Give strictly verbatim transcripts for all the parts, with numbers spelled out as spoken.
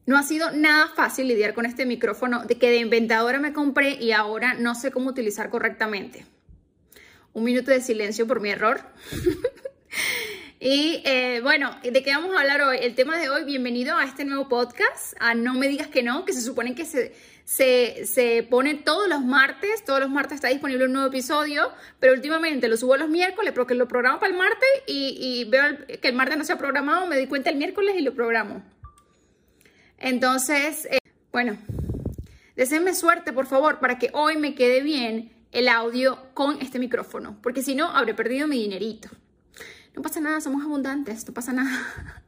No ha sido nada fácil lidiar con este micrófono de que de inventadora me compré y ahora no sé cómo utilizar correctamente. Un minuto de silencio por mi error. Y eh, bueno, ¿de qué vamos a hablar hoy? El tema de hoy, bienvenido a este nuevo podcast, a No Me Digas Que No, que se supone que se, se, se pone todos los martes, todos los martes está disponible un nuevo episodio, pero últimamente lo subo los miércoles porque lo programo para el martes y, y veo el, que el martes no se ha programado, me doy cuenta el miércoles y lo programo. Entonces, eh, bueno, deseenme suerte, por favor, para que hoy me quede bien el audio con este micrófono, porque si no, habré perdido mi dinerito. No pasa nada, somos abundantes, no pasa nada.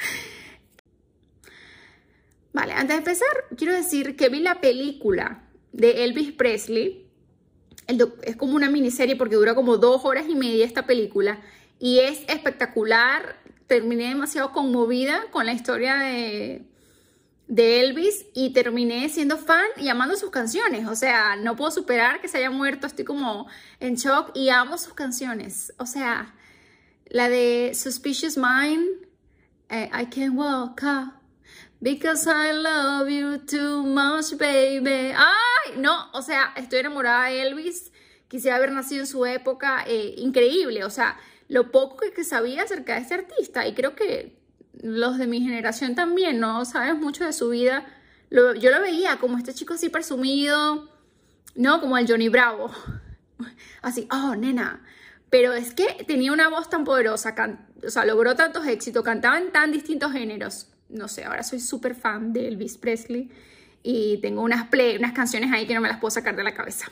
Vale, antes de empezar, quiero decir que vi la película de Elvis Presley. El es como una miniserie porque dura como dos horas y media esta película. Y es espectacular. Terminé demasiado conmovida con la historia de... de Elvis y terminé siendo fan y amando sus canciones. O sea, no puedo superar que se haya muerto, estoy como en shock y amo sus canciones. O sea, la de Suspicious Mind, eh, I Can't Walk Up Because I Love You Too Much, Baby. ¡Ay! No, o sea, estoy enamorada de Elvis. Quisiera haber nacido en su época. Eh, increíble, o sea, lo poco que, que sabía acerca de este artista y creo que los de mi generación también, no sabes mucho de su vida. Lo, yo lo veía como este chico así presumido, no, como el Johnny Bravo. Así, oh, nena. Pero es que tenía una voz tan poderosa, can, o sea, logró tantos éxitos, cantaba en tan distintos géneros. No sé, ahora soy súper fan de Elvis Presley y tengo unas, play, unas canciones ahí que no me las puedo sacar de la cabeza.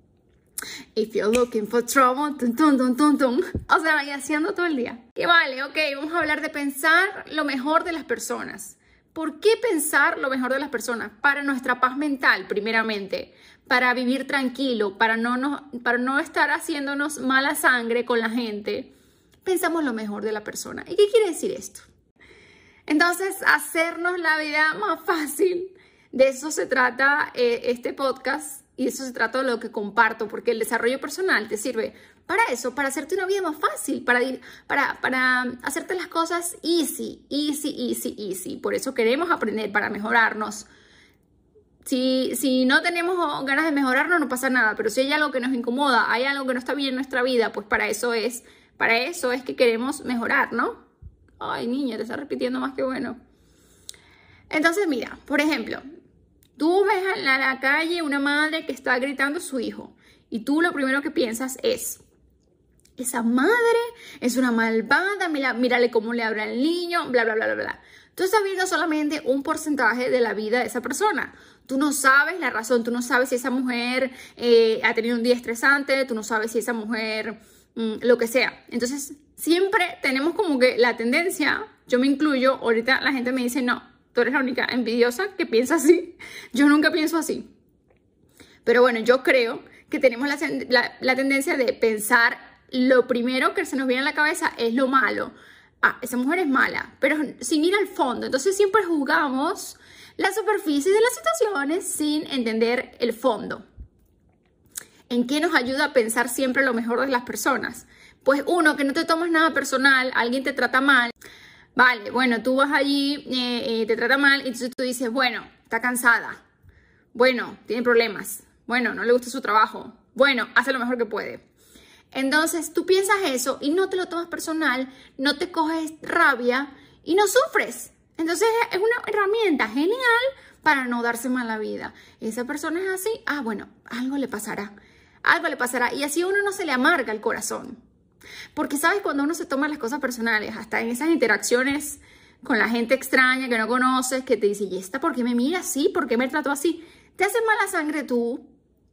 If you're looking for trouble, tum, tum, tum, tum, tum. O sea, y haciendo todo el día. Que vale, ok, vamos a hablar de pensar lo mejor de las personas. ¿Por qué pensar lo mejor de las personas? Para nuestra paz mental, primeramente. Para vivir tranquilo, para no, nos, para no estar haciéndonos mala sangre con la gente. Pensamos lo mejor de la persona. ¿Y qué quiere decir esto? Entonces, hacernos la vida más fácil. De eso se trata eh, este podcast. Y de eso se trata de lo que comparto, porque el desarrollo personal te sirve para eso, para hacerte una vida más fácil, para, para, para hacerte las cosas easy, easy, easy, easy. Por eso queremos aprender para mejorarnos. Si, si no tenemos ganas de mejorarnos, no pasa nada, pero si hay algo que nos incomoda, hay algo que no está bien en nuestra vida, pues para eso es, para eso es que queremos mejorar, ¿no? Ay, niña, te está repitiendo más que bueno. Entonces, mira, por ejemplo, tú ves en la, la calle una madre que está gritando a su hijo y tú lo primero que piensas es, esa madre es una malvada, mira, mírale cómo le habla al niño, bla, bla, bla, bla, bla. Tú estás viendo solamente un porcentaje de la vida de esa persona. Tú no sabes la razón, tú no sabes si esa mujer eh, ha tenido un día estresante, tú no sabes si esa mujer, mmm, lo que sea. Entonces, siempre tenemos como que la tendencia, yo me incluyo, ahorita la gente me dice, no, tú eres la única envidiosa que piensa así. Yo nunca pienso así. Pero bueno, yo creo que tenemos la, la, la tendencia de pensar lo primero que se nos viene a la cabeza es lo malo. Ah, esa mujer es mala, pero sin ir al fondo. Entonces siempre juzgamos la superficie de las situaciones sin entender el fondo. ¿En qué nos ayuda a pensar siempre lo mejor de las personas? Pues uno, que no te tomas nada personal, alguien te trata mal. Vale, bueno, tú vas allí, eh, eh, te trata mal y entonces tú dices, bueno, está cansada. Bueno, tiene problemas. Bueno, no le gusta su trabajo. Bueno, hace lo mejor que puede. Entonces tú piensas eso y no te lo tomas personal, no te coges rabia y no sufres. Entonces es una herramienta genial para no darse mala vida. Esa persona es así, ah, bueno, algo le pasará. Algo le pasará y así a uno no se le amarga el corazón. Porque, ¿sabes? Cuando uno se toma las cosas personales, hasta en esas interacciones con la gente extraña que no conoces, que te dice, ¿y esta por qué me mira así? ¿Por qué me trató así? Te hace mala sangre tú.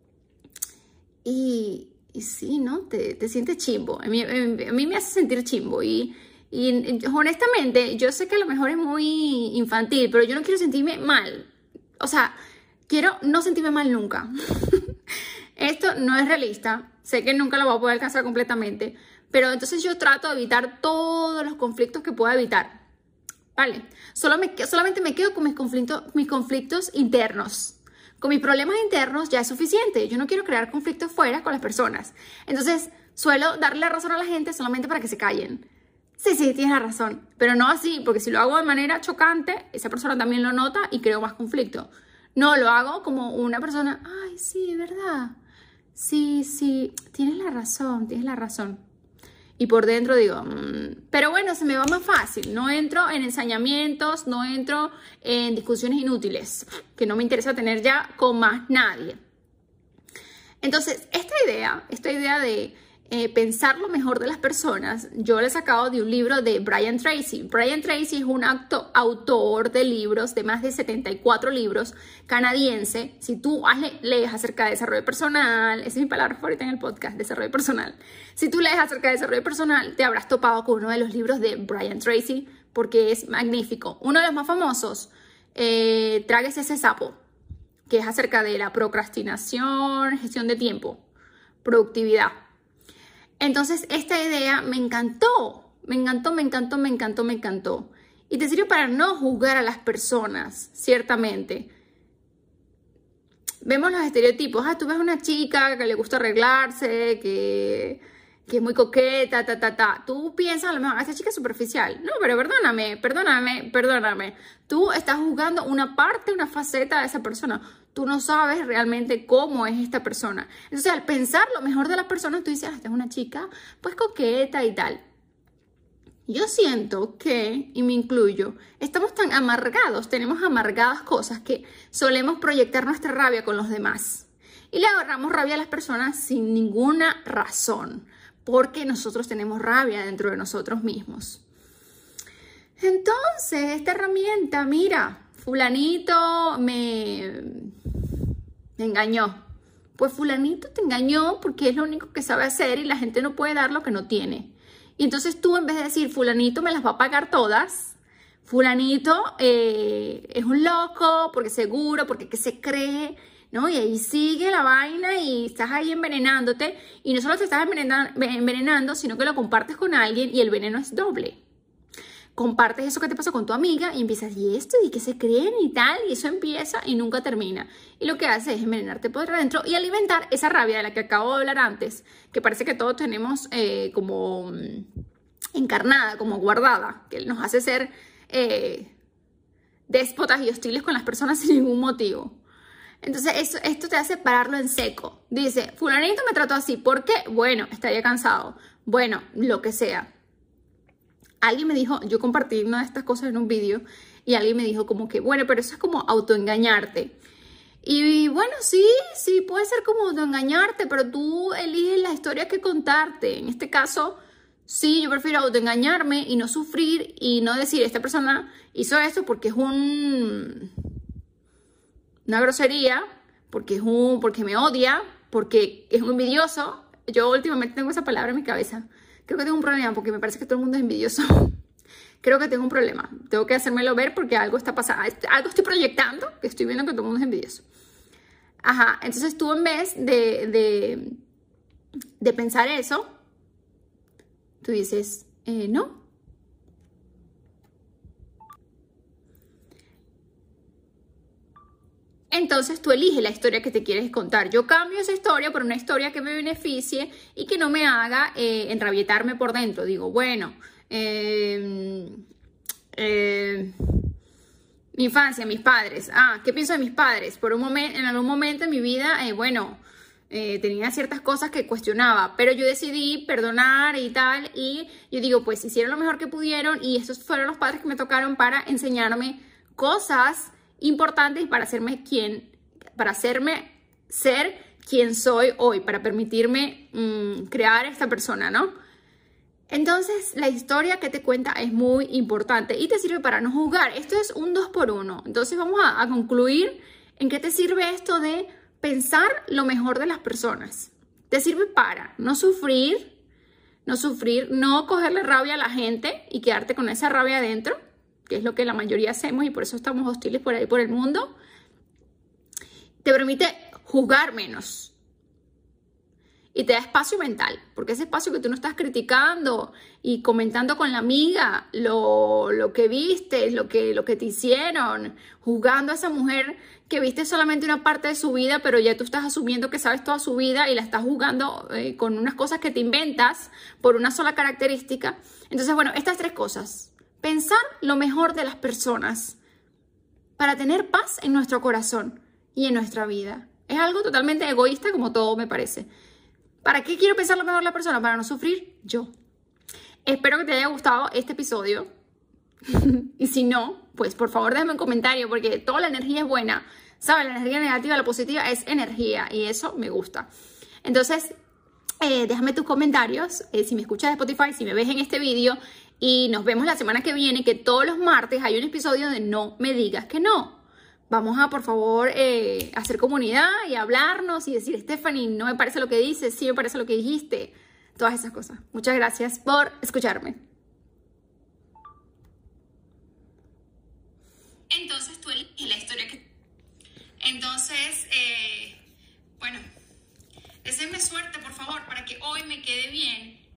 Y, y sí, ¿no? Te, te sientes chimbo. A mí, a mí me hace sentir chimbo. Y, y honestamente, yo sé que a lo mejor es muy infantil, pero yo no quiero sentirme mal. O sea, quiero no sentirme mal nunca. Esto no es realista. Sé que nunca lo voy a poder alcanzar completamente. Pero entonces yo trato de evitar todos los conflictos que pueda evitar. ¿Vale? Solo me, solamente me quedo con mis conflictos, mis conflictos internos. Con mis problemas internos ya es suficiente. Yo no quiero crear conflictos fuera con las personas. Entonces suelo darle la razón a la gente solamente para que se callen. sí, sí, tienes la razón, pero no así, porque si lo hago de manera chocante, esa persona también lo nota y creo más conflicto. No, lo hago como una persona, ay, sí, es verdad, sí, sí, tienes la razón, tienes la razón. Y por dentro digo, mmm, pero bueno, se me va más fácil, no entro en ensañamientos, no entro en discusiones inútiles, que no me interesa tener ya con más nadie. Entonces, esta idea, esta idea de eh, pensar lo mejor de las personas, yo la he sacado de un libro de Brian Tracy. Brian Tracy es un acto, autor de libros, de más de setenta y cuatro libros, canadiense. Si tú lees acerca de desarrollo personal, esa es mi palabra favorita en el podcast, desarrollo personal. Si tú lees acerca de desarrollo personal, te habrás topado con uno de los libros de Brian Tracy, porque es magnífico. Uno de los más famosos, eh, Tráguese ese sapo, que es acerca de la procrastinación, gestión de tiempo, productividad. Entonces, esta idea me encantó, me encantó, me encantó, me encantó, me encantó. Y te sirve para no juzgar a las personas, ciertamente. Vemos los estereotipos. Ah, tú ves una chica que le gusta arreglarse, que, que es muy coqueta, ta, ta, ta. Tú piensas, a lo mejor, esta chica es superficial. No, pero perdóname, perdóname, perdóname. Tú estás juzgando una parte, una faceta de esa persona. Tú no sabes realmente cómo es esta persona. Entonces, al pensar lo mejor de las personas, tú dices, ah, esta es una chica, pues coqueta y tal. Yo siento que, y me incluyo, estamos tan amargados, tenemos amargadas cosas que solemos proyectar nuestra rabia con los demás. Y le agarramos rabia a las personas sin ninguna razón, porque nosotros tenemos rabia dentro de nosotros mismos. Entonces, esta herramienta, mira, fulanito me, me engañó. Pues fulanito te engañó porque es lo único que sabe hacer y la gente no puede dar lo que no tiene. Y entonces tú, en vez de decir, fulanito me las va a pagar todas, fulanito eh, es un loco, porque seguro, porque ¿qué se cree? ¿No? Y ahí sigue la vaina y estás ahí envenenándote. Y no solo te estás envenenando, envenenando, sino que lo compartes con alguien y el veneno es doble. Compartes eso que te pasó con tu amiga y empiezas, ¿y esto? ¿Y qué se creen? Y tal, y eso empieza y nunca termina. Y lo que hace es envenenarte por dentro y alimentar esa rabia de la que acabo de hablar antes, que parece que todos tenemos eh, como encarnada, como guardada, que nos hace ser eh, déspotas y hostiles con las personas sin ningún motivo. Entonces eso, esto te hace pararlo en seco. Dice, fulanito me trató así, ¿por qué? Bueno, estaría cansado. Bueno, lo que sea. Alguien me dijo, yo compartí una de estas cosas en un vídeo y alguien me dijo como que, bueno, pero eso es como autoengañarte. Y bueno, sí, sí, puede ser como autoengañarte, pero tú eliges la historia que contarte. En este caso, sí, yo prefiero autoengañarme y no sufrir y no decir, esta persona hizo esto porque es un, una grosería, porque, es un, porque me odia, porque es un envidioso. Yo últimamente tengo esa palabra en mi cabeza. Creo que tengo un problema porque me parece que todo el mundo es envidioso. Creo que tengo un problema. Tengo que hacérmelo ver porque algo está pasando. Algo estoy proyectando que estoy viendo que todo el mundo es envidioso. Ajá, entonces tú en vez de, de, de pensar eso, tú dices, eh, no. Entonces tú eliges la historia que te quieres contar. Yo cambio esa historia por una historia que me beneficie y que no me haga eh, enrabietarme por dentro. Digo, bueno, eh, eh, mi infancia, mis padres. Ah, ¿qué pienso de mis padres? Por un momento, en algún momento en mi vida, eh, bueno, eh, tenía ciertas cosas que cuestionaba, pero yo decidí perdonar y tal. Y yo digo, pues hicieron lo mejor que pudieron y esos fueron los padres que me tocaron para enseñarme cosas importantes para hacerme quien, para hacerme ser quien soy hoy, para permitirme mmm, crear esta persona, ¿no? Entonces, la historia que te cuenta es muy importante y te sirve para no juzgar. Esto es un dos por uno. Entonces, vamos a, a concluir en qué te sirve esto de pensar lo mejor de las personas. Te sirve para no sufrir, no sufrir, no cogerle rabia a la gente y quedarte con esa rabia adentro, que es lo que la mayoría hacemos y por eso estamos hostiles por ahí por el mundo. Te permite juzgar menos. y te da espacio mental, porque ese espacio que tú no estás criticando y comentando con la amiga lo, lo que viste, lo que, lo que te hicieron, juzgando a esa mujer que viste solamente una parte de su vida, pero ya tú estás asumiendo que sabes toda su vida y la estás juzgando eh, con unas cosas que te inventas por una sola característica. Entonces, bueno, estas tres cosas. Pensar lo mejor de las personas para tener paz en nuestro corazón y en nuestra vida. Es algo totalmente egoísta, como todo me parece. ¿Para qué quiero pensar lo mejor de la persona? Para no sufrir yo. Espero que te haya gustado este episodio. Y si no, pues por favor déjame un comentario, porque toda la energía es buena. ¿Sabes? La energía negativa, la positiva es energía, y eso me gusta. Entonces, eh, déjame tus comentarios, eh, si me escuchas de Spotify, si me ves en este vídeo, y nos vemos la semana que viene, que todos los martes hay un episodio de No Me Digas Que No. Vamos a, por favor, eh, hacer comunidad y hablarnos y decir, Stephanie, no me parece lo que dices, sí me parece lo que dijiste. Todas esas cosas. Muchas gracias por escucharme. Entonces tú eliges la historia que... Entonces, eh, bueno, deseenme suerte, por favor, para que hoy me quede bien